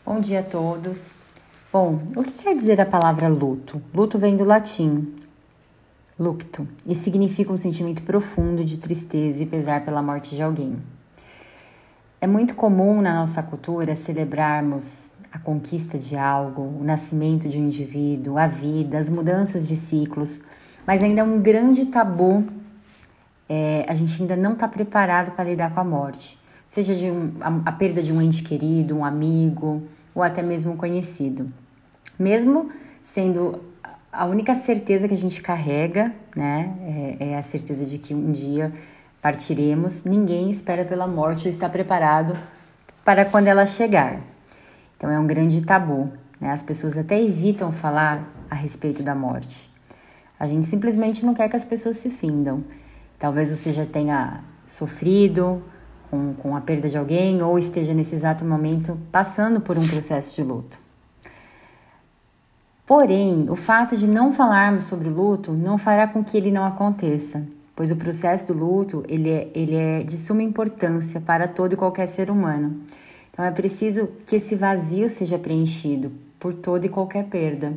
Bom dia a todos. Bom, o que quer dizer a palavra luto? Luto vem do latim, luctu, e significa um sentimento profundo de tristeza e pesar pela morte de alguém. É muito comum na nossa cultura celebrarmos a conquista de algo, o nascimento de um indivíduo, a vida, as mudanças de ciclos, mas ainda é um grande tabu. A gente ainda não está preparado para lidar com a morte, seja a perda de um ente querido, um amigo ou até mesmo um conhecido. Mesmo sendo a única certeza que a gente carrega, né, é a certeza de que um dia partiremos, ninguém espera pela morte ou está preparado para quando ela chegar. Então é um grande tabu, né? As pessoas até evitam falar a respeito da morte. A gente simplesmente não quer que as pessoas se findam. Talvez você já tenha sofrido com a perda de alguém ou esteja nesse exato momento passando por um processo de luto. Porém, o fato de não falarmos sobre o luto não fará com que ele não aconteça, pois o processo do luto ele é de suma importância para todo e qualquer ser humano. Então é preciso que esse vazio seja preenchido por toda e qualquer perda.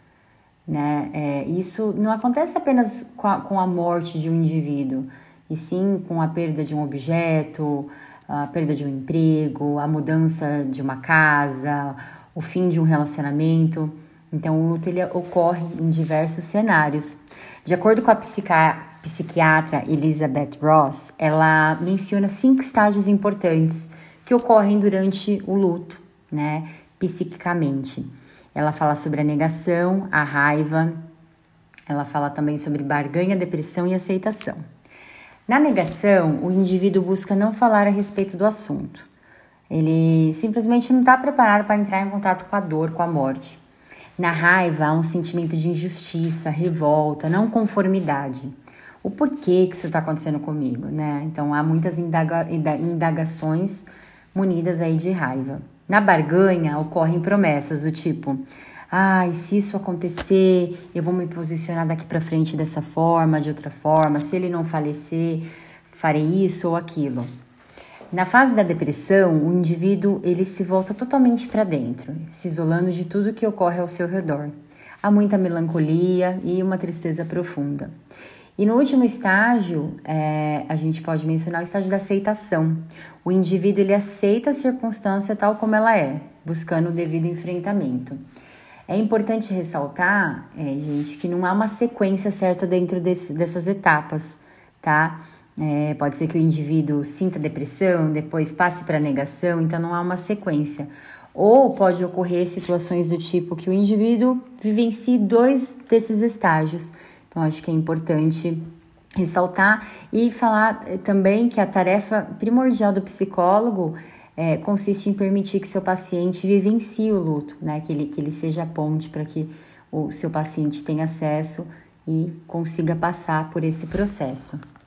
Né? Isso não acontece apenas com a morte de um indivíduo, e sim com a perda de um objeto, a perda de um emprego, a mudança de uma casa, o fim de um relacionamento. Então, o luto ele ocorre em diversos cenários. De acordo com a psiquiatra Elizabeth Ross, ela menciona 5 estágios importantes que ocorrem durante o luto, né, psiquicamente. Ela fala sobre a negação, a raiva, ela fala também sobre barganha, depressão e aceitação. Na negação, o indivíduo busca não falar a respeito do assunto. Ele simplesmente não está preparado para entrar em contato com a dor, com a morte. Na raiva, há um sentimento de injustiça, revolta, não conformidade. O porquê que isso está acontecendo comigo, né? Então, há muitas indagações munidas aí de raiva. Na barganha, ocorrem promessas do tipo: se isso acontecer, eu vou me posicionar daqui para frente dessa forma, de outra forma. Se ele não falecer, farei isso ou aquilo. Na fase da depressão, o indivíduo ele se volta totalmente para dentro, se isolando de tudo que ocorre ao seu redor. Há muita melancolia e uma tristeza profunda. E no último estágio, a gente pode mencionar o estágio da aceitação. O indivíduo ele aceita a circunstância tal como ela é, buscando o devido enfrentamento. É importante ressaltar, gente, que não há uma sequência certa dentro dessas etapas, tá? Pode ser que o indivíduo sinta depressão, depois passe para negação, então não há uma sequência. Ou pode ocorrer situações do tipo que o indivíduo vivencie 2 desses estágios. Então, acho que é importante ressaltar e falar também que a tarefa primordial do psicólogo consiste em permitir que seu paciente vivencie o luto, né? Que ele seja a ponte para que o seu paciente tenha acesso e consiga passar por esse processo.